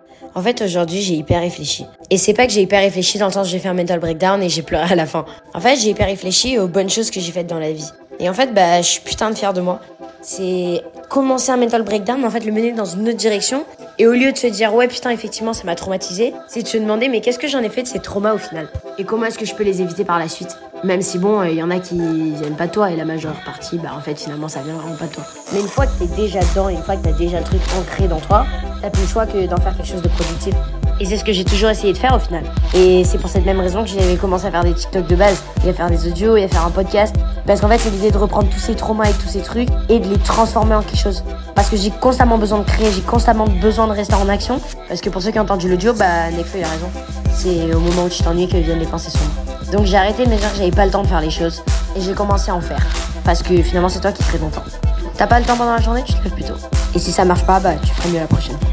En fait, aujourd'hui, j'ai hyper réfléchi. Et c'est pas que j'ai hyper réfléchi dans le sens où j'ai fait un mental breakdown et j'ai pleuré à la fin. En fait, j'ai hyper réfléchi aux bonnes choses que j'ai faites dans la vie. Et en fait, je suis putain de fière de moi. C'est commencer un mental breakdown, mais en fait, le mener dans une autre direction. Et au lieu de se dire, ouais, putain, effectivement, ça m'a traumatisé, c'est de se demander, mais qu'est-ce que j'en ai fait de ces traumas au final? Et comment est-ce que je peux les éviter par la suite? Même si bon, il y en a qui viennent pas de toi et la majeure partie, en fait, finalement, ça vient vraiment pas de toi. Mais une fois que t'es déjà dedans, une fois que t'as déjà le truc ancré dans toi, t'as plus le choix que d'en faire quelque chose de productif. Et c'est ce que j'ai toujours essayé de faire au final. Et c'est pour cette même raison que j'avais commencé à faire des TikTok de base, et à faire des audios, et à faire un podcast. Parce qu'en fait, c'est l'idée de reprendre tous ces traumas et tous ces trucs, et de les transformer en quelque chose. Parce que j'ai constamment besoin de créer, j'ai constamment besoin de rester en action. Parce que pour ceux qui ont entendu l'audio, Nekfeu il a raison. C'est au moment où tu t'ennuies que viennent les pensées sombres. Donc j'ai arrêté de me dire que j'avais pas le temps de faire les choses, et j'ai commencé à en faire. Parce que finalement, c'est toi qui crée ton temps. T'as pas le temps pendant la journée, tu te lèves plus tôt. Et si ça marche pas, tu feras mieux la prochaine fois.